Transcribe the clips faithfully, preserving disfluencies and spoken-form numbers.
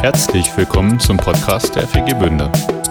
Herzlich willkommen zum Podcast der F E G Bünde.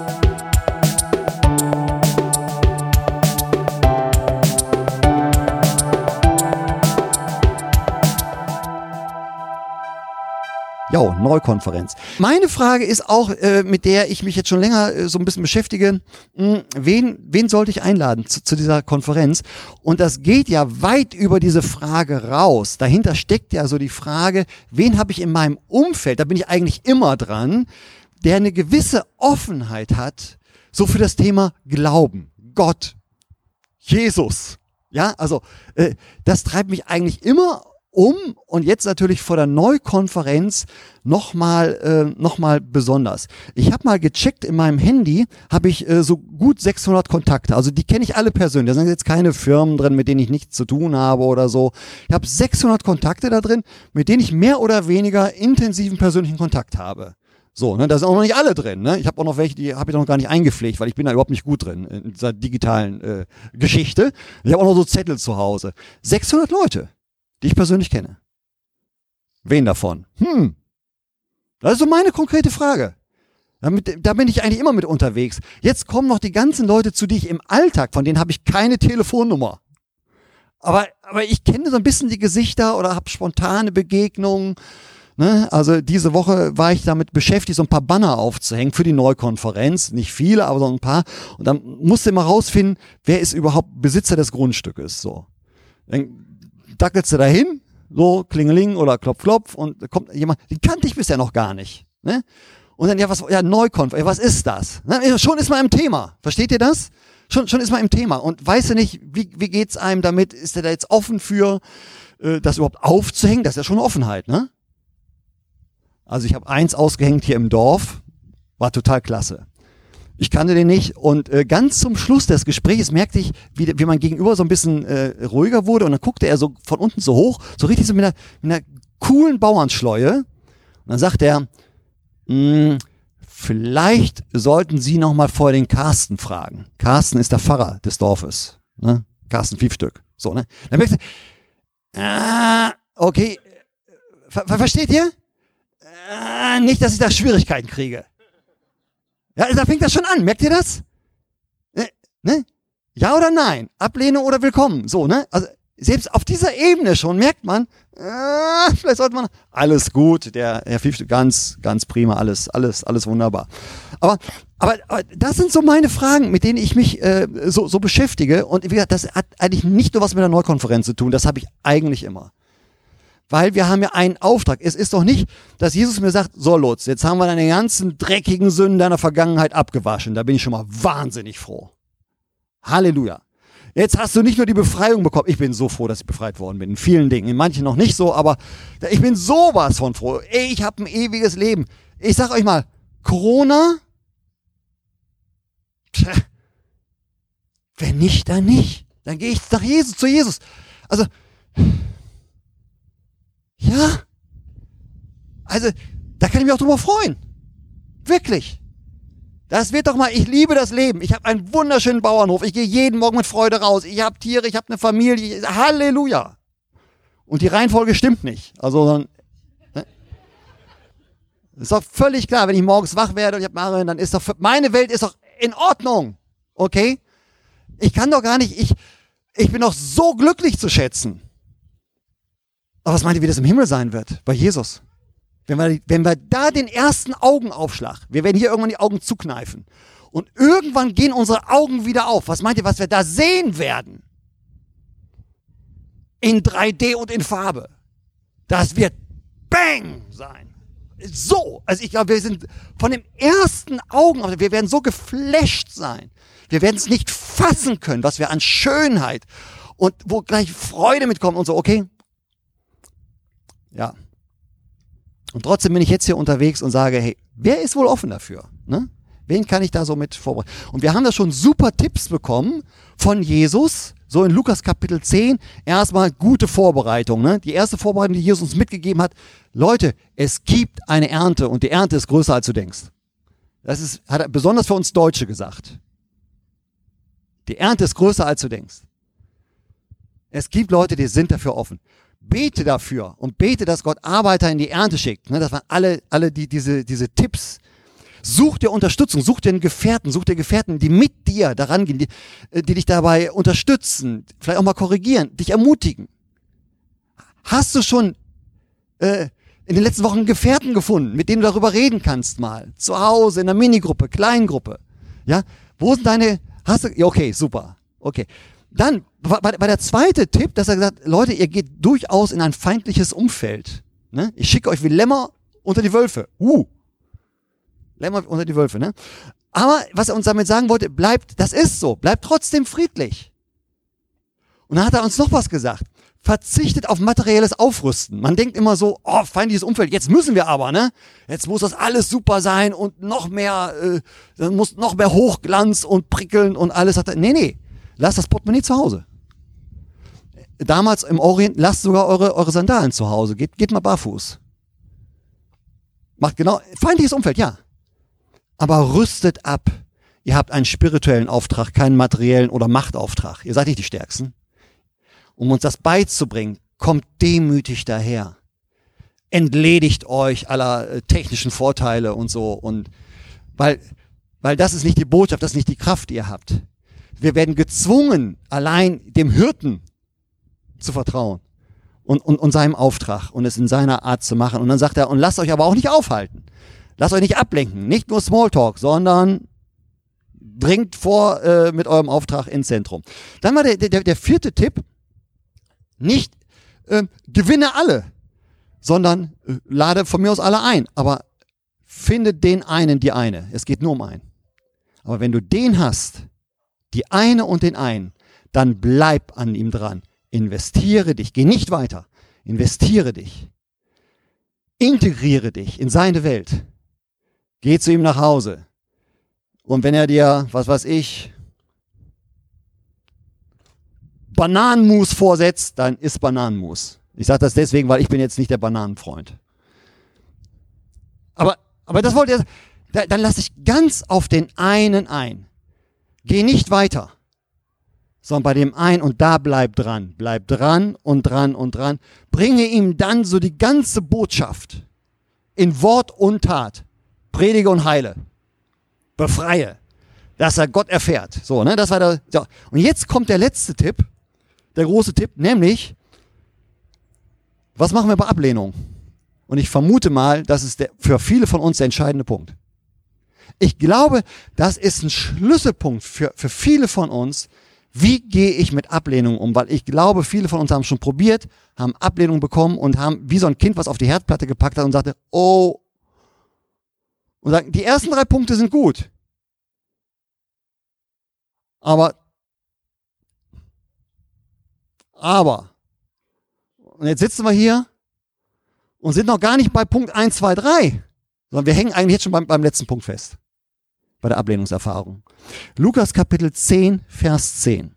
Ja, Neukonferenz. Meine Frage ist auch, äh, mit der ich mich jetzt schon länger äh, so ein bisschen beschäftige, mh, wen, wen sollte ich einladen zu, zu dieser Konferenz? Und das geht ja weit über diese Frage raus. Dahinter steckt ja so die Frage, wen habe ich in meinem Umfeld, da bin ich eigentlich immer dran, der eine gewisse Offenheit hat, so für das Thema Glauben, Gott, Jesus. Ja, also äh, das treibt mich eigentlich immer um und jetzt natürlich vor der Neukonferenz nochmal äh, noch mal besonders. Ich habe mal gecheckt, in meinem Handy habe ich äh, so gut sechshundert Kontakte, also die kenne ich alle persönlich. Da sind jetzt keine Firmen drin, mit denen ich nichts zu tun habe oder so. Ich habe sechshundert Kontakte da drin, mit denen ich mehr oder weniger intensiven persönlichen Kontakt habe. So, ne, da sind auch noch nicht alle drin. Ne? Ich habe auch noch welche, die habe ich noch gar nicht eingepflegt, weil ich bin da überhaupt nicht gut drin in dieser digitalen äh, Geschichte. Ich habe auch noch so Zettel zu Hause. sechshundert Leute, die ich persönlich kenne. Wen davon? Hm, das ist so meine konkrete Frage. Damit, da bin ich eigentlich immer mit unterwegs. Jetzt kommen noch die ganzen Leute, zu die ich im Alltag, von denen habe ich keine Telefonnummer. Aber, aber ich kenne so ein bisschen die Gesichter oder habe spontane Begegnungen. Ne? Also diese Woche war ich damit beschäftigt, so ein paar Banner aufzuhängen für die Neukonferenz. Nicht viele, aber so ein paar. Und dann musste ich mal rausfinden, wer ist überhaupt Besitzer des Grundstückes. So. Dann dackelst du da hin, so Klingeling oder Klopf, Klopf und da kommt jemand, den kannte ich bisher noch gar nicht. Ne? Und dann, ja, was, ja, Neukonferenz, was ist das? Ne? Schon ist man im Thema. Versteht ihr das? Schon, schon ist man im Thema und weißt du nicht, wie, wie geht's einem damit? Ist der da jetzt offen für, äh, das überhaupt aufzuhängen? Das ist ja schon eine Offenheit, ne? Also ich habe eins ausgehängt hier im Dorf, war total klasse. Ich kannte den nicht und äh, ganz zum Schluss des Gesprächs merkte ich, wie, wie mein Gegenüber so ein bisschen äh, ruhiger wurde und dann guckte er so von unten so hoch, so richtig so mit einer, mit einer coolen Bauernschleue und dann sagt er, vielleicht sollten Sie noch mal vorher den Carsten fragen. Carsten ist der Pfarrer des Dorfes, ne? Carsten Fiefstück, so, ne? Dann merkte ich, ah, okay, ver ver versteht ihr? Ah, nicht, dass ich da Schwierigkeiten kriege. Ja, da fängt das schon an. Merkt ihr das? Ne? Ne? Ja oder nein? Ablehnung oder willkommen? So, ne? Also selbst auf dieser Ebene schon merkt man, äh, vielleicht sollte man, alles gut, der Herr Fiefstück, ganz, ganz prima, alles, alles, alles wunderbar. Aber, aber, aber das sind so meine Fragen, mit denen ich mich äh, so, so beschäftige. Und wie gesagt, das hat eigentlich nicht nur was mit der Neukonferenz zu tun, das habe ich eigentlich immer. Weil wir haben ja einen Auftrag. Es ist doch nicht, dass Jesus mir sagt, so Lutz, jetzt haben wir deine ganzen dreckigen Sünden deiner Vergangenheit abgewaschen. Da bin ich schon mal wahnsinnig froh. Halleluja. Jetzt hast du nicht nur die Befreiung bekommen. Ich bin so froh, dass ich befreit worden bin. In vielen Dingen. In manchen noch nicht so, aber ich bin sowas von froh. Ich habe ein ewiges Leben. Ich sag euch mal, Corona, tja, wenn nicht, dann nicht. Dann gehe ich nach Jesus, zu Jesus. Also, ja, also da kann ich mich auch drüber freuen. Wirklich. Das wird doch mal, ich liebe das Leben. Ich habe einen wunderschönen Bauernhof. Ich gehe jeden Morgen mit Freude raus. Ich habe Tiere, ich habe eine Familie. Halleluja. Und die Reihenfolge stimmt nicht. Also, dann, ne? Ist doch völlig klar, wenn ich morgens wach werde und ich habe Marion, dann ist doch, meine Welt ist doch in Ordnung. Okay? Ich kann doch gar nicht, ich, ich bin doch so glücklich zu schätzen. Aber was meint ihr, wie das im Himmel sein wird? Bei Jesus. Wenn wir, wenn wir da den ersten Augenaufschlag, wir werden hier irgendwann die Augen zukneifen. Und irgendwann gehen unsere Augen wieder auf. Was meint ihr, was wir da sehen werden? In drei D und in Farbe. Das wird Bang sein. So. Also ich glaube, wir sind von dem ersten Augenaufschlag, wir werden so geflasht sein. Wir werden es nicht fassen können, was wir an Schönheit und wo gleich Freude mitkommt und so, okay? Ja. Und trotzdem bin ich jetzt hier unterwegs und sage, hey, wer ist wohl offen dafür? Ne? Wen kann ich da so mit vorbereiten? Und wir haben da schon super Tipps bekommen von Jesus, so in Lukas Kapitel zehn, erstmal gute Vorbereitung. Ne? Die erste Vorbereitung, die Jesus uns mitgegeben hat, Leute, es gibt eine Ernte und die Ernte ist größer, als du denkst. Das ist, hat er besonders für uns Deutsche gesagt. Die Ernte ist größer, als du denkst. Es gibt Leute, die sind dafür offen. bete dafür und bete, dass Gott Arbeiter in die Ernte schickt. Das waren alle, alle die, diese, diese Tipps. Such dir Unterstützung, such dir einen Gefährten, such dir Gefährten, die mit dir daran gehen, die, die dich dabei unterstützen, vielleicht auch mal korrigieren, dich ermutigen. Hast du schon äh, in den letzten Wochen einen Gefährten gefunden, mit dem du darüber reden kannst mal? Zu Hause, in einer Minigruppe, Kleingruppe. Ja? Wo sind deine, hast du, ja, okay, super, okay. Dann war, war der zweite Tipp, dass er gesagt hat, Leute, ihr geht durchaus in ein feindliches Umfeld. Ne? Ich schicke euch wie Lämmer unter die Wölfe. Uh. Lämmer unter die Wölfe, ne? Aber was er uns damit sagen wollte, bleibt, das ist so, bleibt trotzdem friedlich. Und dann hat er uns noch was gesagt. Verzichtet auf materielles Aufrüsten. Man denkt immer so, oh, feindliches Umfeld, jetzt müssen wir aber, ne? Jetzt muss das alles super sein und noch mehr, äh, dann muss noch mehr Hochglanz und prickeln und alles. Nee, nee, lasst das Portemonnaie zu Hause. Damals im Orient, lasst sogar eure, eure Sandalen zu Hause. Geht, geht mal barfuß. Macht genau, feindliches Umfeld, ja. Aber rüstet ab. Ihr habt einen spirituellen Auftrag, keinen materiellen oder Machtauftrag. Ihr seid nicht die Stärksten. Um uns das beizubringen, kommt demütig daher. Entledigt euch aller äh, technischen Vorteile und so. Und weil, weil das ist nicht die Botschaft, das ist nicht die Kraft, die ihr habt. Wir werden gezwungen, allein dem Hirten zu vertrauen und, und, und seinem Auftrag und es in seiner Art zu machen. Und dann sagt er, und lasst euch aber auch nicht aufhalten. Lasst euch nicht ablenken, nicht nur Smalltalk, sondern dringt vor äh, mit eurem Auftrag ins Zentrum. Dann war der, der, der vierte Tipp, nicht äh, gewinne alle, sondern äh, lade von mir aus alle ein, aber finde den einen, die eine. Es geht nur um einen. Aber wenn du den hast, die eine und den einen, dann bleib an ihm dran. Investiere dich, geh nicht weiter, investiere dich. Integriere dich in seine Welt. Geh zu ihm nach Hause. Und wenn er dir, was weiß ich, Bananenmus vorsetzt, dann isst Bananenmus. Ich sage das deswegen, weil ich bin jetzt nicht der Bananenfreund. Aber, aber das wollte er, da, dann lass dich ganz auf den einen ein. Geh nicht weiter, sondern bei dem einen und da bleib dran. Bleib dran und dran und dran. Bringe ihm dann so die ganze Botschaft in Wort und Tat. Predige und heile. Befreie. Dass er Gott erfährt. So, ne, das war der, so. Und jetzt kommt der letzte Tipp, der große Tipp, nämlich, was machen wir bei Ablehnung? Und ich vermute mal, das ist der, für viele von uns der entscheidende Punkt. Ich glaube, das ist ein Schlüsselpunkt für, für viele von uns. Wie gehe ich mit Ablehnung um? Weil ich glaube, viele von uns haben schon probiert, haben Ablehnung bekommen und haben wie so ein Kind, was auf die Herdplatte gepackt hat und sagte, oh, und sagen, die ersten drei Punkte sind gut. Aber, aber, und jetzt sitzen wir hier und sind noch gar nicht bei Punkt eins, zwei, drei, sondern wir hängen eigentlich jetzt schon beim, beim letzten Punkt fest. Bei der Ablehnungserfahrung. Lukas Kapitel zehn, Vers zehn.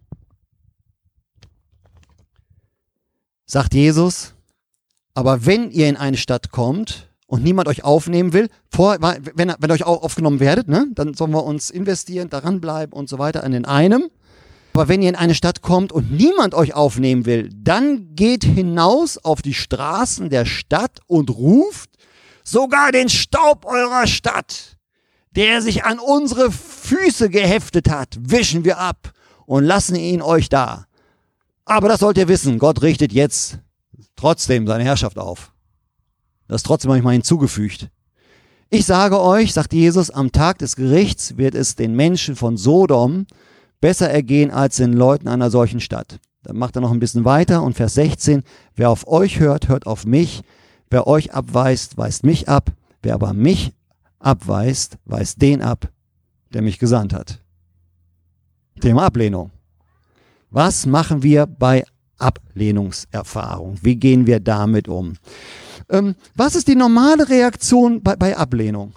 Sagt Jesus, aber wenn ihr in eine Stadt kommt und niemand euch aufnehmen will, vor, wenn, wenn ihr euch auch aufgenommen werdet, ne, dann sollen wir uns investieren, daran bleiben und so weiter an den einem. Aber wenn ihr in eine Stadt kommt und niemand euch aufnehmen will, dann geht hinaus auf die Straßen der Stadt und ruft, sogar den Staub eurer Stadt, der sich an unsere Füße geheftet hat, wischen wir ab und lassen ihn euch da. Aber das sollt ihr wissen, Gott richtet jetzt trotzdem seine Herrschaft auf. Das ist trotzdem manchmal hinzugefügt. Ich sage euch, sagt Jesus, am Tag des Gerichts wird es den Menschen von Sodom besser ergehen als den Leuten einer solchen Stadt. Dann macht er noch ein bisschen weiter und Vers sechzehn, wer auf euch hört, hört auf mich. Wer euch abweist, weist mich ab. Wer aber mich abweist, weist den ab, der mich gesandt hat. Thema Ablehnung. Was machen wir bei Ablehnungserfahrung? Wie gehen wir damit um? Ähm, was ist die normale Reaktion bei, bei Ablehnung?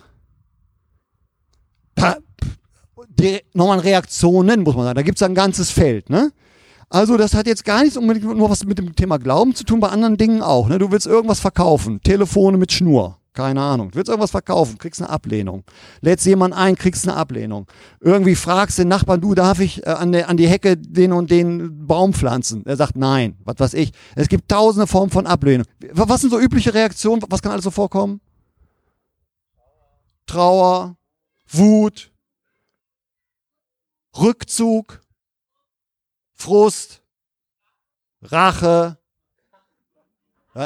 Pa, die normalen Reaktionen, muss man sagen, da gibt es ein ganzes Feld. Ne? Also das hat jetzt gar nichts unbedingt nur was mit dem Thema Glauben zu tun, bei anderen Dingen auch. Ne? Du willst irgendwas verkaufen, Telefone mit Schnur. keine Ahnung. Du willst irgendwas verkaufen, kriegst eine Ablehnung. Lädst jemanden ein, kriegst eine Ablehnung. Irgendwie fragst den Nachbarn, du, darf ich äh, an, der, an die Hecke den und den Baum pflanzen? Er sagt nein, was weiß ich. Es gibt tausende Formen von Ablehnung. Was sind so übliche Reaktionen? Was kann alles so vorkommen? Trauer, Wut, Rückzug, Frust, Rache. Ja,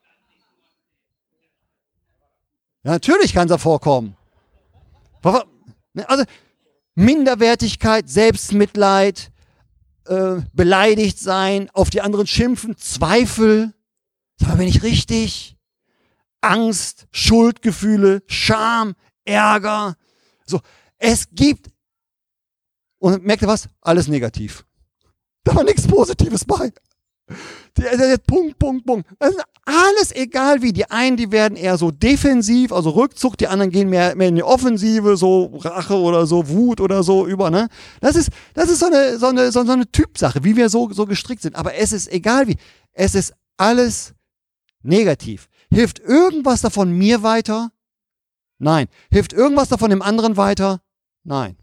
ja natürlich kann es da vorkommen. Also Minderwertigkeit, Selbstmitleid, äh, beleidigt sein, auf die anderen schimpfen, Zweifel, sag mal, bin ich richtig? Angst, Schuldgefühle, Scham, Ärger. So, es gibt, und merkt ihr was? Alles negativ. Da war nichts Positives bei. Der, der, der Punkt, Punkt, Punkt. Also alles egal wie. Die einen, die werden eher so defensiv, also Rückzug, die anderen gehen mehr, mehr in die Offensive, so Rache oder so, Wut oder so über, ne? Das ist, das ist so eine, so eine, so eine Typsache, wie wir so, so gestrickt sind. Aber es ist egal wie. Es ist alles negativ. Hilft irgendwas davon mir weiter? Nein. Hilft irgendwas davon dem anderen weiter? Nein.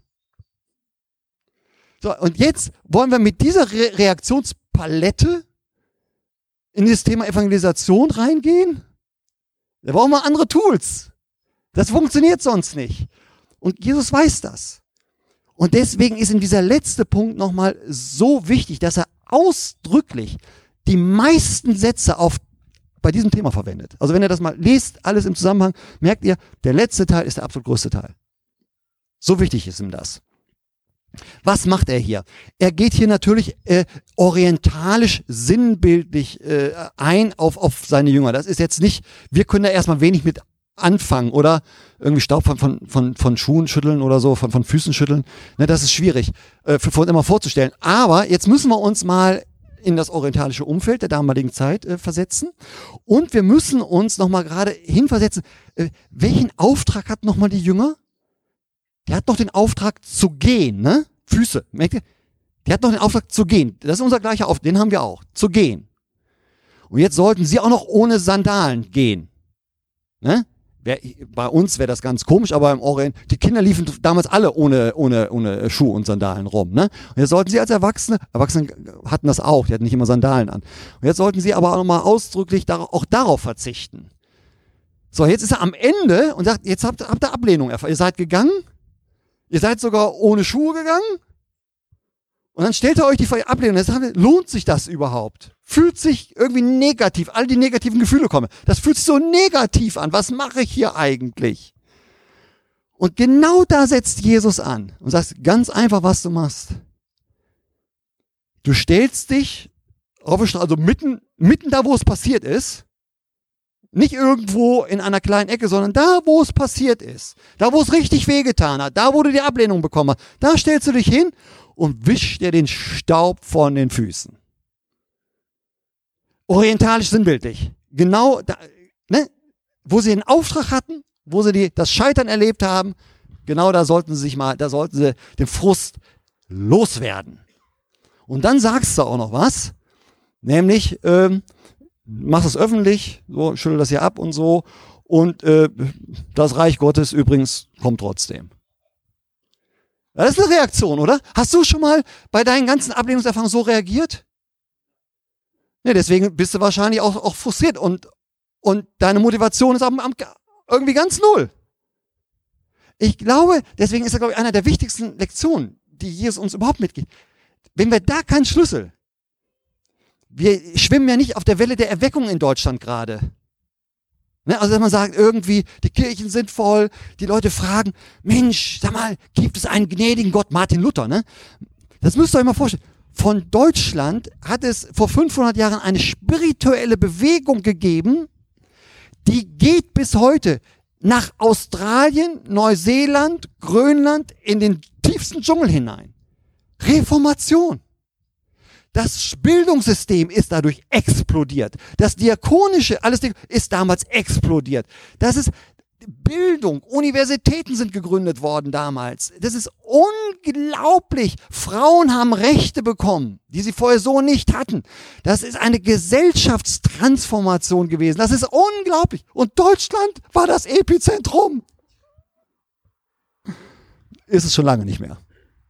So, und jetzt wollen wir mit dieser Re- Reaktionspalette in das Thema Evangelisation reingehen. Da brauchen wir andere Tools. Das funktioniert sonst nicht. Und Jesus weiß das. Und deswegen ist ihm dieser letzte Punkt nochmal so wichtig, dass er ausdrücklich die meisten Sätze auf, bei diesem Thema verwendet. Also wenn ihr das mal lest, alles im Zusammenhang, merkt ihr, der letzte Teil ist der absolut größte Teil. So wichtig ist ihm das. Was macht er hier? Er geht hier natürlich äh, orientalisch, sinnbildlich äh, ein auf, auf seine Jünger. Das ist jetzt nicht, wir können da erstmal wenig mit anfangen oder irgendwie Staub von, von, von, von Schuhen schütteln oder so, von, von Füßen schütteln. Ne, das ist schwierig äh, für, für uns immer vorzustellen. Aber jetzt müssen wir uns mal in das orientalische Umfeld der damaligen Zeit äh, versetzen und wir müssen uns nochmal gerade hinversetzen, äh, welchen Auftrag hat nochmal die Jünger? Der hat noch den Auftrag zu gehen, ne? Füße, merkt ihr? Der hat noch den Auftrag zu gehen. Das ist unser gleicher Auftrag, den haben wir auch. Zu gehen. Und jetzt sollten sie auch noch ohne Sandalen gehen. Ne? Wär, bei uns wäre das ganz komisch, aber im Orient, die Kinder liefen damals alle ohne, ohne, ohne Schuhe und Sandalen rum. Ne? Und jetzt sollten sie als Erwachsene, Erwachsene hatten das auch, die hatten nicht immer Sandalen an. Und jetzt sollten sie aber auch nochmal ausdrücklich dar- auch darauf verzichten. So, jetzt ist er am Ende und sagt, jetzt habt, habt ihr Ablehnung erfahren. Ihr seid gegangen, ihr seid sogar ohne Schuhe gegangen und dann stellt er euch die Ablehnung. Jetzt sagt er, lohnt sich das überhaupt? Fühlt sich irgendwie negativ, all die negativen Gefühle kommen. Das fühlt sich so negativ an. Was mache ich hier eigentlich? Und genau da setzt Jesus an und sagt ganz einfach, was du machst. Du stellst dich auf die Straße, also mitten, mitten da, wo es passiert ist, nicht irgendwo in einer kleinen Ecke, sondern da, wo es passiert ist. Da, wo es richtig wehgetan hat. Da, wo du die Ablehnung bekommen hast. Da stellst du dich hin und wischst dir den Staub von den Füßen. Orientalisch sinnbildlich. Genau da, ne? Wo sie den Auftrag hatten, wo sie die, das Scheitern erlebt haben, genau da sollten sie sich mal, da sollten sie den Frust loswerden. Und dann sagst du auch noch was, nämlich, ähm, mach es öffentlich, so, schüttel das hier ab und so. Und äh, das Reich Gottes übrigens kommt trotzdem. Ja, das ist eine Reaktion, oder? Hast du schon mal bei deinen ganzen Ablehnungserfahrungen so reagiert? Ne, deswegen bist du wahrscheinlich auch, auch frustriert und, und deine Motivation ist am, am, irgendwie ganz null. Ich glaube, deswegen ist das, glaube ich, einer der wichtigsten Lektionen, die Jesus uns überhaupt mitgibt. Wenn wir da keinen Schlüssel, wir schwimmen ja nicht auf der Welle der Erweckung in Deutschland gerade. Ne, also, dass man sagt, irgendwie, die Kirchen sind voll, die Leute fragen, Mensch, sag mal, gibt es einen gnädigen Gott? Martin Luther, ne? Das müsst ihr euch mal vorstellen. Von Deutschland hat es vor fünfhundert Jahren eine spirituelle Bewegung gegeben, die geht bis heute nach Australien, Neuseeland, Grönland, in den tiefsten Dschungel hinein. Reformation. Das Bildungssystem ist dadurch explodiert. Das Diakonische, alles ist damals explodiert. Das ist, Bildung, Universitäten sind gegründet worden damals. Das ist unglaublich. Frauen haben Rechte bekommen, die sie vorher so nicht hatten. Das ist eine Gesellschaftstransformation gewesen. Das ist unglaublich. Und Deutschland war das Epizentrum. Ist es schon lange nicht mehr.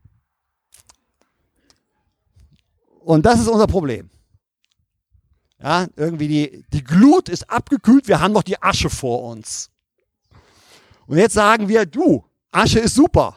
Und das ist unser Problem. Ja, irgendwie die, die Glut ist abgekühlt, wir haben noch die Asche vor uns. Und jetzt sagen wir, du, Asche ist super.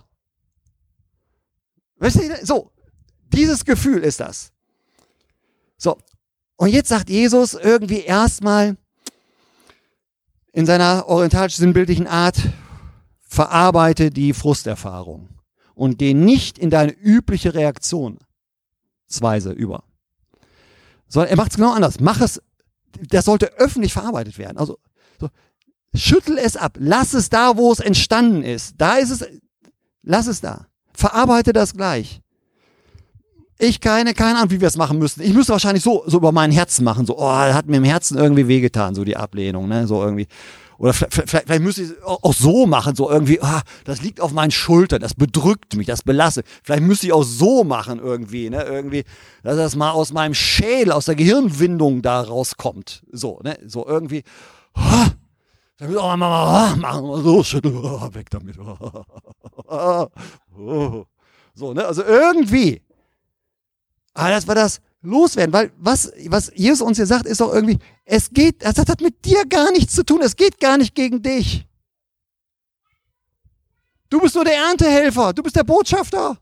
Weißt du, so, dieses Gefühl ist das. So, und jetzt sagt Jesus irgendwie erstmal in seiner orientalisch-sinnbildlichen Art, verarbeite die Frusterfahrung und geh nicht in deine übliche Reaktionsweise über. Sondern er macht es genau anders. Mach es, das sollte öffentlich verarbeitet werden. Also, so, schüttel es ab. Lass es da, wo es entstanden ist. Da ist es, lass es da. Verarbeite das gleich. Ich keine, keine Ahnung, wie wir es machen müssten. Ich müsste wahrscheinlich so, so über mein Herzen machen. So, oh, hat mir im Herzen irgendwie wehgetan, so die Ablehnung, ne, so irgendwie. Oder vielleicht, vielleicht, vielleicht müsste ich es auch so machen, so irgendwie, ah, das liegt auf meinen Schultern, das bedrückt mich, das belastet. Vielleicht müsste ich auch so machen irgendwie, ne, irgendwie, dass das mal aus meinem Schädel, aus der Gehirnwindung da rauskommt. So, ne, so irgendwie, ah, dann muss ich auch mal ah, machen, so, schüttel, ah, weg damit. Ah, oh. So, ne, also irgendwie. Aber das war das Loswerden, weil was, was Jesus uns hier sagt, ist doch irgendwie, es geht, das hat mit dir gar nichts zu tun, es geht gar nicht gegen dich. Du bist nur der Erntehelfer, du bist der Botschafter.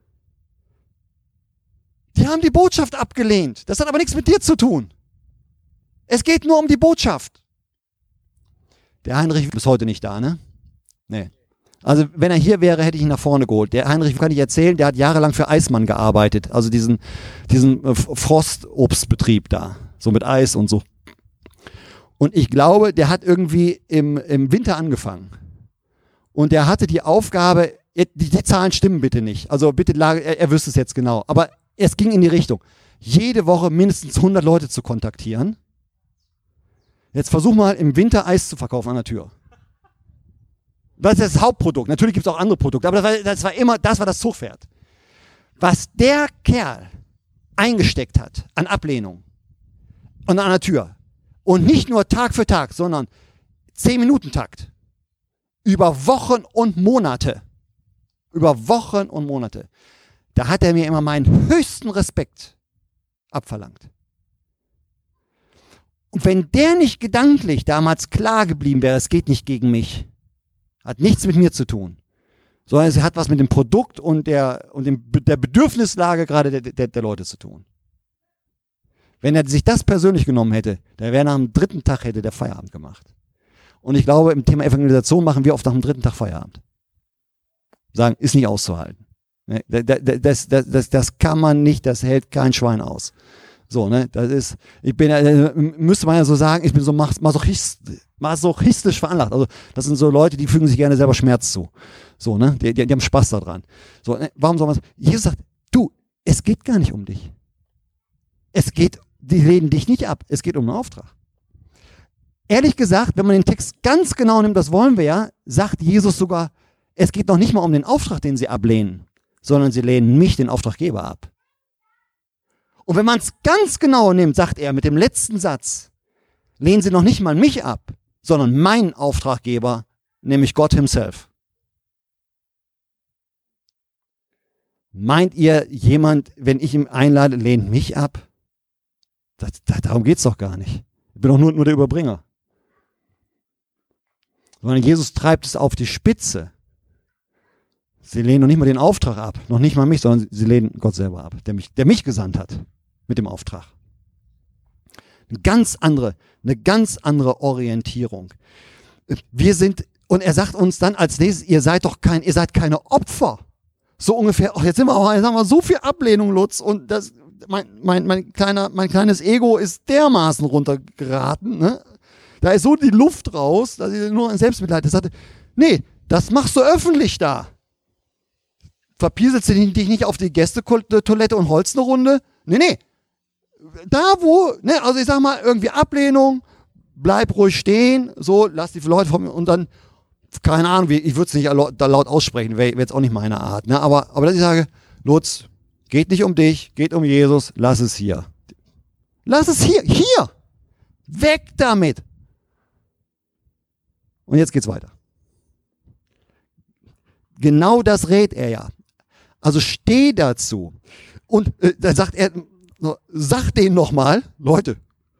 Die haben die Botschaft abgelehnt, das hat aber nichts mit dir zu tun. Es geht nur um die Botschaft. Der Heinrich ist bis heute nicht da, ne? Nee. Also wenn er hier wäre, hätte ich ihn nach vorne geholt. Der Heinrich, kann ich erzählen, der hat jahrelang für Eismann gearbeitet. Also diesen, diesen äh, Frostobstbetrieb da. So mit Eis und so. Und ich glaube, der hat irgendwie im, im Winter angefangen. Und der hatte die Aufgabe, die, die Zahlen stimmen bitte nicht. Also bitte, er, er wüsste es jetzt genau. Aber es ging in die Richtung, jede Woche mindestens hundert Leute zu kontaktieren. Jetzt versuch mal im Winter Eis zu verkaufen an der Tür. Das ist das Hauptprodukt. Natürlich gibt es auch andere Produkte, aber das war, das war immer, das war das Zugpferd. Was der Kerl eingesteckt hat an Ablehnung und an der Tür und nicht nur Tag für Tag, sondern zehn Minuten Takt über Wochen und Monate, über Wochen und Monate, da hat er mir immer meinen höchsten Respekt abverlangt. Und wenn der nicht gedanklich damals klar geblieben wäre, es geht nicht gegen mich, hat nichts mit mir zu tun, sondern es hat was mit dem Produkt und der, und dem, der Bedürfnislage gerade der, der, der Leute zu tun. Wenn er sich das persönlich genommen hätte, dann wäre nach dem dritten Tag hätte der Feierabend gemacht. Und ich glaube, im Thema Evangelisation machen wir oft nach dem dritten Tag Feierabend. Sagen, ist nicht auszuhalten. Das, das, das, das kann man nicht, das hält kein Schwein aus. So, ne, das ist, ich bin, müsste man ja so sagen, ich bin so Masochist, masochistisch veranlagt. Also, das sind so Leute, die fügen sich gerne selber Schmerz zu. So, ne, die, die, die haben Spaß daran. So, ne, warum soll man das? Jesus sagt, du, es geht gar nicht um dich. Es geht, die lehnen dich nicht ab, es geht um einen Auftrag. Ehrlich gesagt, wenn man den Text ganz genau nimmt, das wollen wir ja, sagt Jesus sogar, es geht noch nicht mal um den Auftrag, den sie ablehnen, sondern sie lehnen mich, den Auftraggeber, ab. Und wenn man es ganz genau nimmt, sagt er mit dem letzten Satz, lehnen sie noch nicht mal mich ab, sondern meinen Auftraggeber, nämlich Gott himself. Meint ihr, jemand, wenn ich ihn einlade, lehnt mich ab? Das, das, darum geht es doch gar nicht. Ich bin doch nur, nur der Überbringer. Sondern Jesus treibt es auf die Spitze. Sie lehnen noch nicht mal den Auftrag ab, noch nicht mal mich, sondern sie lehnen Gott selber ab, der mich, der mich gesandt hat mit dem Auftrag. Eine ganz andere, eine ganz andere Orientierung. Wir sind, und er sagt uns dann als nächstes, ihr seid doch kein, ihr seid keine Opfer. So ungefähr, ach, jetzt sind wir auch, jetzt haben wir so viel Ablehnung, Lutz, und das, mein, mein, mein, kleiner, mein kleines Ego ist dermaßen runtergeraten, ne? Da ist so die Luft raus, dass ich nur ein Selbstmitleid hatte. Nee, das machst du öffentlich da. Verpieselst du dich nicht auf die Gästetoilette und holst eine Runde? Nee, nee. Da wo, ne, also ich sag mal, irgendwie Ablehnung, bleib ruhig stehen, so, lass die Leute von mir und dann, keine Ahnung, wie, ich würde es nicht laut, laut aussprechen, wäre wär jetzt auch nicht meine Art. Ne? Aber, aber dass ich sage, Lutz, geht nicht um dich, geht um Jesus, lass es hier. Lass es hier, hier. Weg damit. Und jetzt geht's weiter. Genau das rät er ja. Also steh dazu. Und äh, dann sagt er, sag denen nochmal, Leute,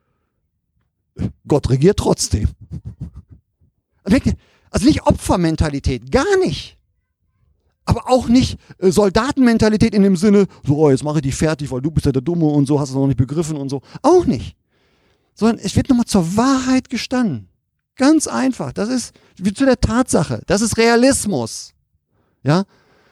Gott regiert trotzdem. Also nicht Opfermentalität, gar nicht. Aber auch nicht äh, Soldatenmentalität in dem Sinne, so, oh, jetzt mache ich dich fertig, weil du bist ja der Dumme und so, hast du noch nicht begriffen und so. Auch nicht. Sondern es wird nochmal zur Wahrheit gestanden. Ganz einfach. Das ist wie zu der Tatsache. Das ist Realismus. Ja?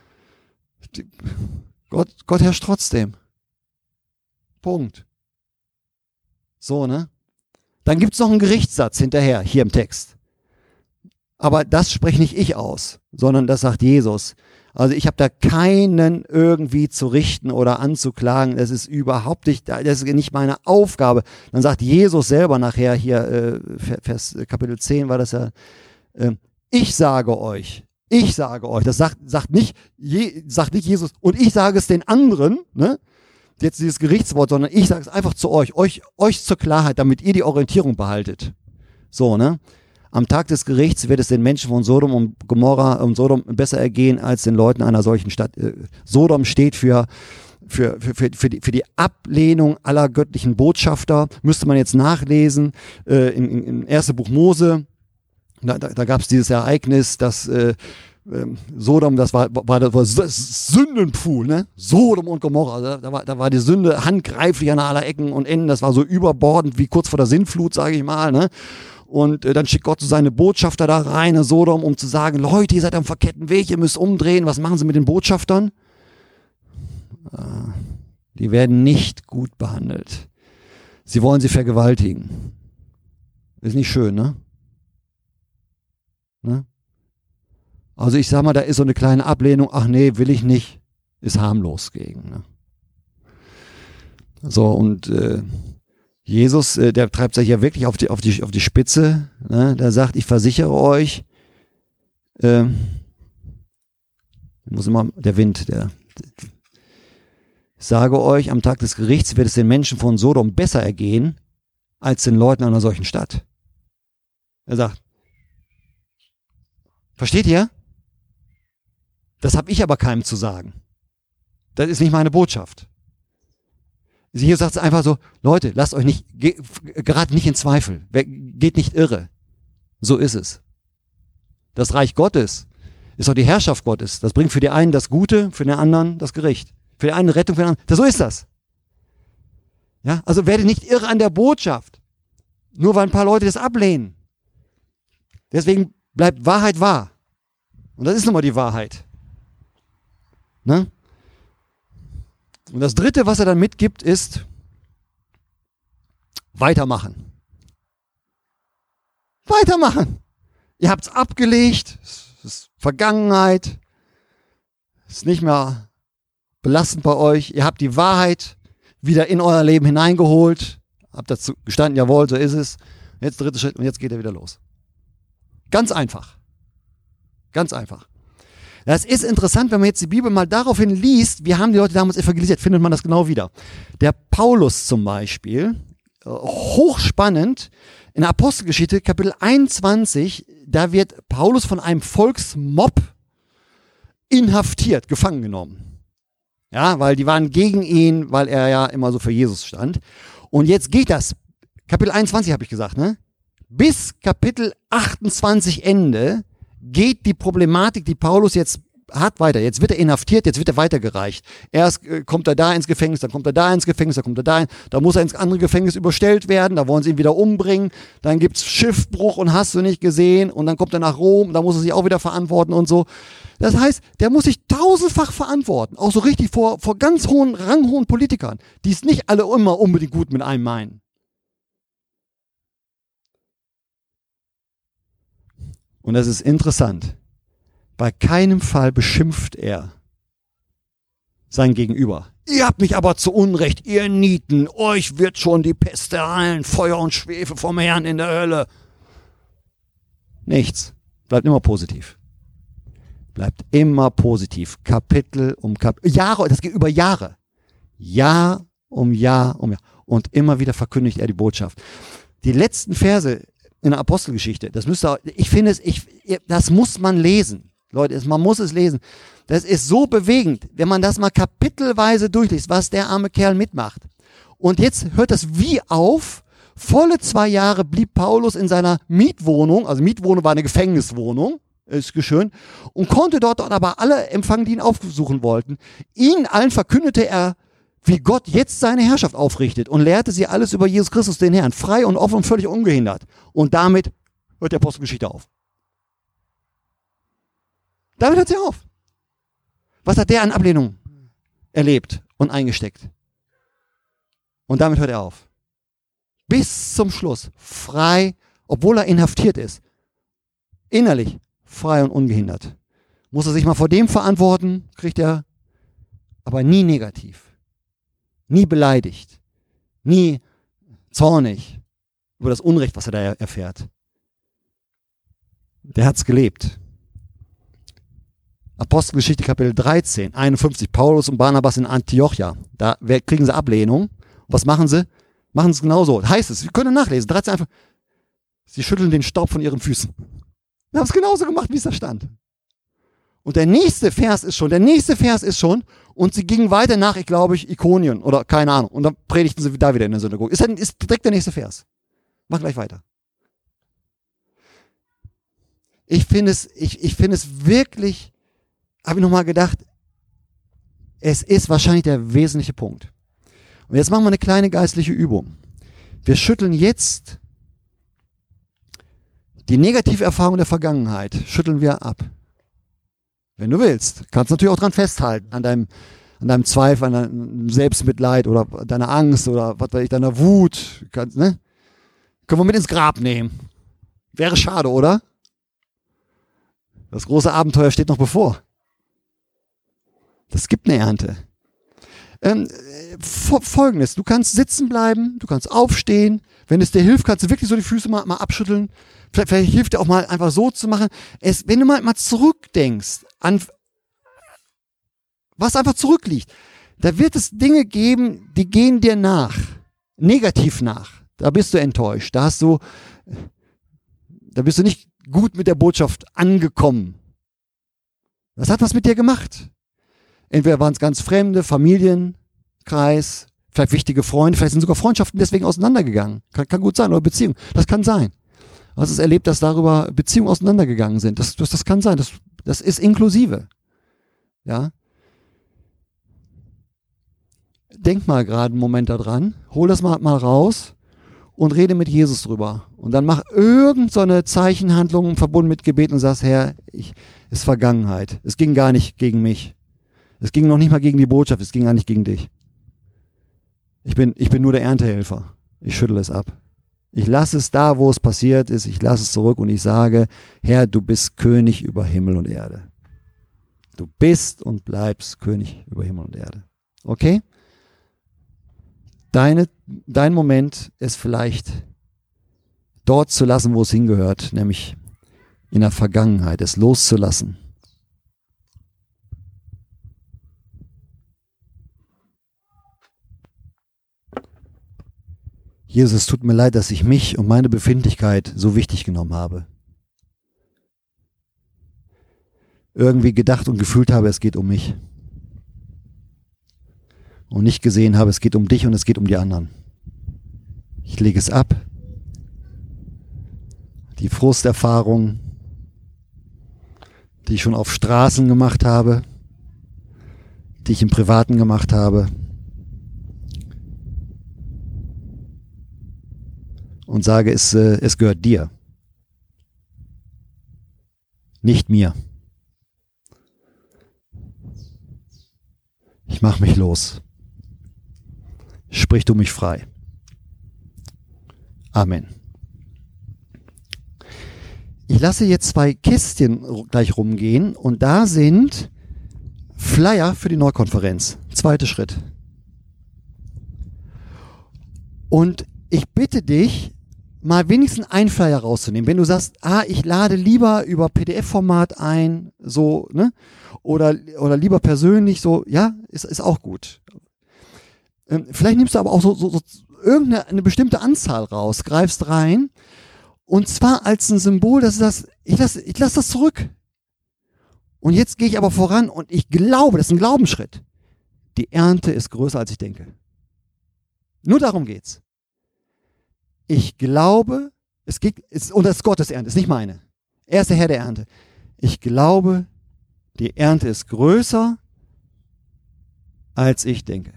Gott, Gott herrscht trotzdem. Punkt. So, ne? Dann gibt es noch einen Gerichtssatz hinterher, hier im Text. Aber das spreche nicht ich aus, sondern das sagt Jesus. Also ich habe da keinen irgendwie zu richten oder anzuklagen. Das ist überhaupt nicht, das ist nicht meine Aufgabe. Dann sagt Jesus selber nachher hier, äh, Vers Kapitel zehn war das ja, äh, ich sage euch, ich sage euch, das sagt, sagt, nicht, je, sagt nicht Jesus, und ich sage es den anderen, ne? Jetzt dieses Gerichtswort, sondern ich sage es einfach zu euch, euch, euch zur Klarheit, damit ihr die Orientierung behaltet. So, ne? Am Tag des Gerichts wird es den Menschen von Sodom und Gomorra und Sodom besser ergehen als den Leuten einer solchen Stadt. Sodom steht für, für, für, für, für, die, für die Ablehnung aller göttlichen Botschafter. Müsste man jetzt nachlesen, äh, im, im ersten Buch Mose. Da, da, da gab es dieses Ereignis, dass äh, Sodom, das war, war, das war Sündenpfuhl, ne? Sodom und Gomorra, da, da, war, da war die Sünde handgreiflich an aller Ecken und Enden. Das war so überbordend wie kurz vor der Sintflut, sage ich mal, ne? Und äh, dann schickt Gott so seine Botschafter da rein in Sodom, um zu sagen, Leute, ihr seid am verkehrten Weg, ihr müsst umdrehen. Was machen sie mit den Botschaftern? Äh, die werden nicht gut behandelt. Sie wollen sie vergewaltigen. Ist nicht schön, ne? Ne? Also ich sag mal, da ist so eine kleine Ablehnung, ach nee, will ich nicht, ist harmlos gegen. Ne? So, und äh, Jesus, äh, der treibt sich ja wirklich auf die, auf die, auf die Spitze. Ne? Der sagt, ich versichere euch, äh, muss immer, der Wind, der, der ich sage euch, am Tag des Gerichts wird es den Menschen von Sodom besser ergehen, als den Leuten einer solchen Stadt. Er sagt, versteht ihr? Das habe ich aber keinem zu sagen. Das ist nicht meine Botschaft. Hier sagt es einfach so, Leute, lasst euch nicht, gerade nicht in Zweifel, geht nicht irre. So ist es. Das Reich Gottes ist doch die Herrschaft Gottes. Das bringt für die einen das Gute, für den anderen das Gericht. Für die einen Rettung, für den anderen. So ist das. Ja, also werdet nicht irre an der Botschaft. Nur weil ein paar Leute das ablehnen. Deswegen bleibt Wahrheit wahr. Und das ist nun mal die Wahrheit. Ne? Und das Dritte, was er dann mitgibt, ist weitermachen. Weitermachen. Ihr habt es abgelegt, es ist Vergangenheit, es ist nicht mehr belastend bei euch. Ihr habt die Wahrheit wieder in euer Leben hineingeholt, habt dazu gestanden, jawohl, so ist es. Jetzt der dritte Schritt und jetzt geht er wieder los. Ganz einfach. Ganz einfach. Das ist interessant, wenn man jetzt die Bibel mal daraufhin liest, wie haben die Leute damals evangelisiert, findet man das genau wieder. Der Paulus zum Beispiel, hochspannend, in der Apostelgeschichte, Kapitel einundzwanzig, da wird Paulus von einem Volksmob inhaftiert, gefangen genommen. Ja, weil die waren gegen ihn, weil er ja immer so für Jesus stand. Und jetzt geht das, Kapitel einundzwanzig habe ich gesagt, ne? Bis Kapitel achtundzwanzig Ende geht die Problematik, die Paulus jetzt hat, weiter. Jetzt wird er inhaftiert, jetzt wird er weitergereicht. Erst äh, kommt er da ins Gefängnis, dann kommt er da ins Gefängnis, dann kommt er da hin, da muss er ins andere Gefängnis überstellt werden, da wollen sie ihn wieder umbringen, dann gibt's Schiffbruch und hast du nicht gesehen und dann kommt er nach Rom, da muss er sich auch wieder verantworten und so. Das heißt, der muss sich tausendfach verantworten, auch so richtig vor, vor ganz hohen, ranghohen Politikern, die es nicht alle immer unbedingt gut mit einem meinen. Und das ist interessant. Bei keinem Fall beschimpft er sein Gegenüber. Ihr habt mich aber zu Unrecht, ihr Nieten, euch wird schon die Pest ereilen, Feuer und Schwefel vom Herrn in der Hölle. Nichts. Bleibt immer positiv. Bleibt immer positiv. Kapitel um Kapitel. Jahre, das geht über Jahre. Jahr um Jahr um Jahr. Und immer wieder verkündigt er die Botschaft. Die letzten Verse in der Apostelgeschichte, das müsste, ich finde es, ich, das muss man lesen. Leute, man muss es lesen. Das ist so bewegend, wenn man das mal kapitelweise durchliest, was der arme Kerl mitmacht. Und jetzt hört das wie auf. Volle zwei Jahre blieb Paulus in seiner Mietwohnung, also Mietwohnung war eine Gefängniswohnung, ist schön, und konnte dort, dort aber alle empfangen, die ihn aufsuchen wollten. Ihnen allen verkündete er, wie Gott jetzt seine Herrschaft aufrichtet und lehrte sie alles über Jesus Christus, den Herrn, frei und offen und völlig ungehindert. Und damit hört die Apostelgeschichte auf. Damit hört sie auf. Was hat der an Ablehnung erlebt und eingesteckt? Und damit hört er auf. Bis zum Schluss. Frei, obwohl er inhaftiert ist. Innerlich frei und ungehindert. Muss er sich mal vor dem verantworten, kriegt er, aber nie negativ. Nie beleidigt. Nie zornig über das Unrecht, was er da erfährt. Der hat's gelebt. Apostelgeschichte Kapitel dreizehn, einundfünfzig, Paulus und Barnabas in Antiochia. Da kriegen sie Ablehnung. Was machen sie? Machen es genauso. Heißt es, wir können nachlesen. dreizehn einfach. Sie schütteln den Staub von ihren Füßen. Wir haben es genauso gemacht, wie es da stand. Und der nächste Vers ist schon, der nächste Vers ist schon, und sie gingen weiter nach, ich glaube, ich, Ikonien oder keine Ahnung. Und dann predigten sie da wieder in der Synagoge. Ist, ist direkt der nächste Vers. Mach gleich weiter. Ich finde es, ich, ich finde es wirklich, habe ich nochmal gedacht, es ist wahrscheinlich der wesentliche Punkt. Und jetzt machen wir eine kleine geistliche Übung. Wir schütteln jetzt die negative Erfahrung der Vergangenheit, schütteln wir ab. Wenn du willst. Kannst natürlich auch dran festhalten, an deinem, an deinem Zweifel, an deinem Selbstmitleid oder deiner Angst oder was weiß ich, deiner Wut. Kannst, ne? Können wir mit ins Grab nehmen. Wäre schade, oder? Das große Abenteuer steht noch bevor. Das gibt eine Ernte. Ähm, Folgendes, du kannst sitzen bleiben, du kannst aufstehen, wenn es dir hilft, kannst du wirklich so die Füße mal, mal abschütteln, vielleicht, vielleicht hilft dir auch mal einfach so zu machen. Es, wenn du mal, mal zurückdenkst an was einfach zurückliegt, da wird es Dinge geben, die gehen dir nach, negativ nach, da bist du enttäuscht, da hast du, da bist du nicht gut mit der Botschaft angekommen. Das hat was mit dir gemacht. Entweder waren es ganz Fremde, Familienkreis, vielleicht wichtige Freunde, vielleicht sind sogar Freundschaften deswegen auseinandergegangen. Kann, kann gut sein, oder Beziehungen. Das kann sein. Hast du es erlebt, dass darüber Beziehungen auseinandergegangen sind? Das, das, das kann sein. Das, das ist inklusive. Ja. Denk mal gerade einen Moment da dran. Hol das mal, mal raus und rede mit Jesus drüber. Und dann mach irgend so eine Zeichenhandlung verbunden mit Gebet und sagst, Herr, ich, ist Vergangenheit. Es ging gar nicht gegen mich. Es ging noch nicht mal gegen die Botschaft, es ging gar nicht gegen dich. Ich bin, ich bin nur der Erntehelfer. Ich schüttle es ab. Ich lasse es da, wo es passiert ist. Ich lasse es zurück und ich sage, Herr, du bist König über Himmel und Erde. Du bist und bleibst König über Himmel und Erde. Okay? Deine, dein Moment ist vielleicht dort zu lassen, wo es hingehört, nämlich in der Vergangenheit, es loszulassen. Jesus, es tut mir leid, dass ich mich und meine Befindlichkeit so wichtig genommen habe. Irgendwie gedacht und gefühlt habe, es geht um mich. Und nicht gesehen habe, es geht um dich und es geht um die anderen. Ich lege es ab. Die Frusterfahrung, die ich schon auf Straßen gemacht habe, die ich im Privaten gemacht habe, und sage, es, äh, es gehört dir, nicht mir. Ich mache mich los. Sprich du mich frei. Amen. Ich lasse jetzt zwei Kistchen gleich rumgehen und da sind Flyer für die Neukonferenz. Zweiter Schritt. Und ich bitte dich, mal wenigstens einen Flyer rauszunehmen. Wenn du sagst, ah, ich lade lieber über P D F-Format ein, so, ne? Oder, oder lieber persönlich, so, ja, ist, ist auch gut. Ähm, vielleicht nimmst du aber auch so, so, so irgendeine eine bestimmte Anzahl raus, greifst rein, und zwar als ein Symbol, dass du sagst, ich lasse ich lass das zurück. Und jetzt gehe ich aber voran und ich glaube, das ist ein Glaubensschritt. Die Ernte ist größer, als ich denke. Nur darum geht's. Ich glaube, es geht, es, und das ist Gottes Ernte, ist nicht meine. Er ist der Herr der Ernte. Ich glaube, die Ernte ist größer, als ich denke.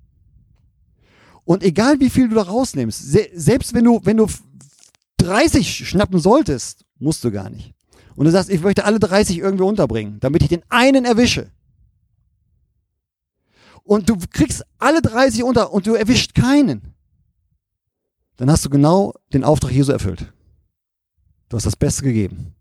Und egal wie viel du da rausnimmst, se- selbst wenn du, wenn du dreißig schnappen solltest, musst du gar nicht. Und du sagst, ich möchte alle dreißig irgendwie unterbringen, damit ich den einen erwische. Und du kriegst alle dreißig unter und du erwischt keinen. Dann hast du genau den Auftrag Jesu erfüllt. Du hast das Beste gegeben.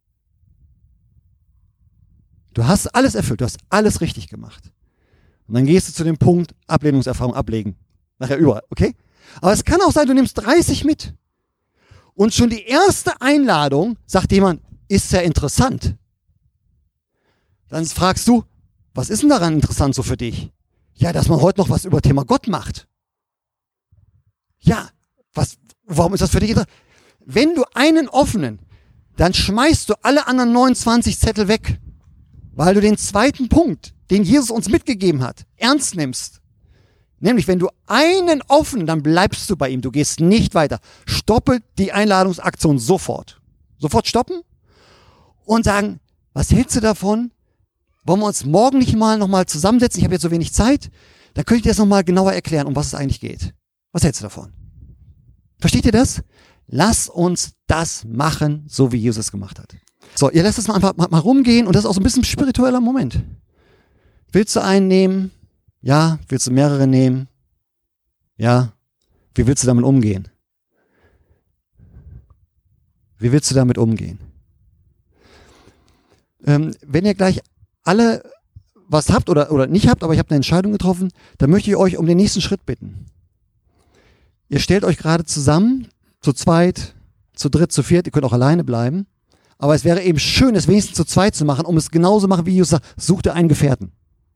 Du hast alles erfüllt, du hast alles richtig gemacht. Und dann gehst du zu dem Punkt Ablehnungserfahrung ablegen. Nachher überall, okay? Aber es kann auch sein, du nimmst dreißig mit. Und schon die erste Einladung sagt jemand, ist ja interessant. Dann fragst du, was ist denn daran interessant so für dich? Ja, dass man heute noch was über Thema Gott macht. Ja, was, warum ist das für dich interessant? Wenn du einen offenen, dann schmeißt du alle anderen neunundzwanzig Zettel weg, weil du den zweiten Punkt, den Jesus uns mitgegeben hat, ernst nimmst. Nämlich, wenn du einen offenen, dann bleibst du bei ihm, du gehst nicht weiter. Stoppe die Einladungsaktion sofort. Sofort stoppen und sagen, was hältst du davon? Wollen wir uns morgen nicht mal nochmal zusammensetzen? Ich habe jetzt so wenig Zeit. Dann könnte ich dir das nochmal genauer erklären, um was es eigentlich geht. Was hältst du davon? Versteht ihr das? Lass uns das machen, so wie Jesus es gemacht hat. So, ihr lasst es mal einfach mal, mal rumgehen und das ist auch so ein bisschen ein spiritueller Moment. Willst du einen nehmen? Ja. Willst du mehrere nehmen? Ja. Wie willst du damit umgehen? Wie willst du damit umgehen? Ähm, wenn ihr gleich alle was habt oder, oder nicht habt, aber ich habe eine Entscheidung getroffen, dann möchte ich euch um den nächsten Schritt bitten. Ihr stellt euch gerade zusammen, zu zweit, zu dritt, zu viert, ihr könnt auch alleine bleiben, aber es wäre eben schön, es wenigstens zu zweit zu machen, um es genauso zu machen, wie Jesus sagt, such dir einen Gefährten,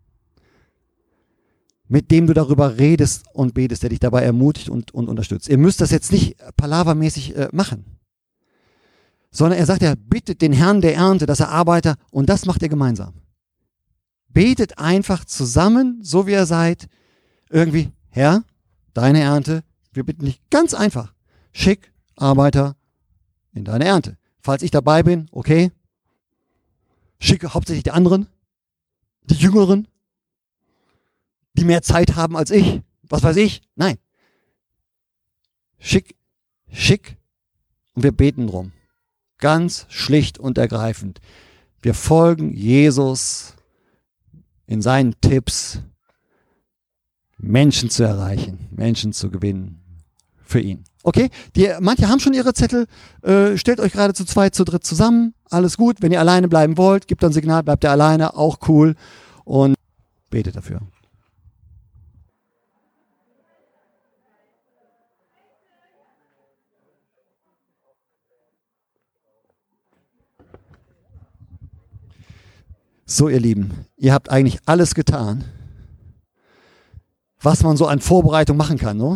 mit dem du darüber redest und betest, der dich dabei ermutigt und, und unterstützt. Ihr müsst das jetzt nicht palavermäßig äh, machen, sondern er sagt ja, bittet den Herrn der Ernte, dass er Arbeiter, und das macht ihr gemeinsam. Betet einfach zusammen, so wie ihr seid, irgendwie, Herr, deine Ernte, wir bitten dich ganz einfach, schick Arbeiter in deine Ernte. Falls ich dabei bin, okay, schick hauptsächlich die anderen, die Jüngeren, die mehr Zeit haben als ich, was weiß ich, nein. Schick, schick und wir beten drum. Ganz schlicht und ergreifend. Wir folgen Jesus in seinen Tipps, Menschen zu erreichen, Menschen zu gewinnen für ihn. Okay, die, manche haben schon ihre Zettel, äh, stellt euch gerade zu zweit, zu dritt zusammen, alles gut. Wenn ihr alleine bleiben wollt, gebt ein Signal, bleibt ihr alleine, auch cool, und betet dafür. So, ihr Lieben, ihr habt eigentlich alles getan, was man so an Vorbereitung machen kann, no?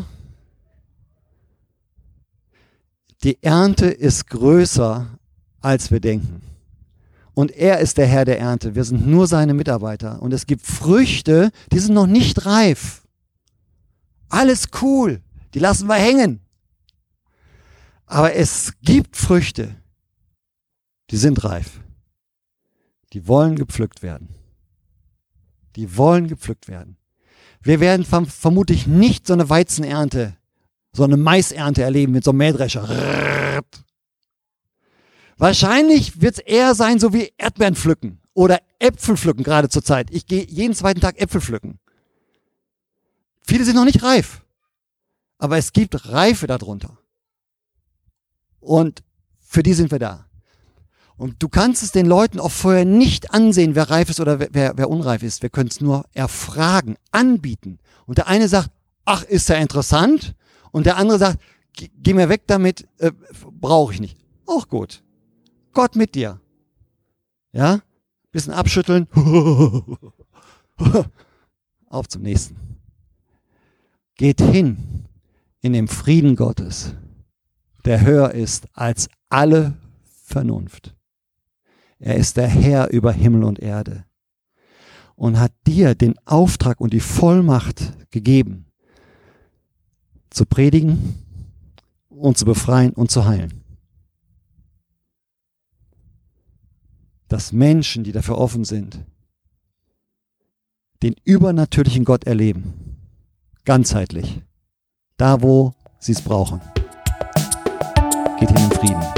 Die Ernte ist größer, als wir denken. Und er ist der Herr der Ernte. Wir sind nur seine Mitarbeiter. Und es gibt Früchte, die sind noch nicht reif. Alles cool, die lassen wir hängen. Aber es gibt Früchte, die sind reif. Die wollen gepflückt werden. Die wollen gepflückt werden. Wir werden verm- vermutlich nicht so eine Weizenernte, so eine Maisernte erleben mit so einem Mähdrescher. Wahrscheinlich wird es eher sein, so wie Erdbeeren pflücken oder Äpfel pflücken, gerade zur Zeit. Ich gehe jeden zweiten Tag Äpfel pflücken. Viele sind noch nicht reif, aber es gibt Reife darunter. Und für die sind wir da. Und du kannst es den Leuten auch vorher nicht ansehen, wer reif ist oder wer, wer unreif ist. Wir können es nur erfragen, anbieten. Und der eine sagt, ach, ist ja interessant. Und der andere sagt, Ge- Geh mir weg damit, äh, brauche ich nicht. Auch gut. Gott mit dir. Ja? Bisschen abschütteln. Auf zum nächsten. Geht hin in dem Frieden Gottes, der höher ist als alle Vernunft. Er ist der Herr über Himmel und Erde und hat dir den Auftrag und die Vollmacht gegeben, zu predigen und zu befreien und zu heilen. Dass Menschen, die dafür offen sind, den übernatürlichen Gott erleben. Ganzheitlich. Da, wo sie es brauchen. Geht hin in Frieden.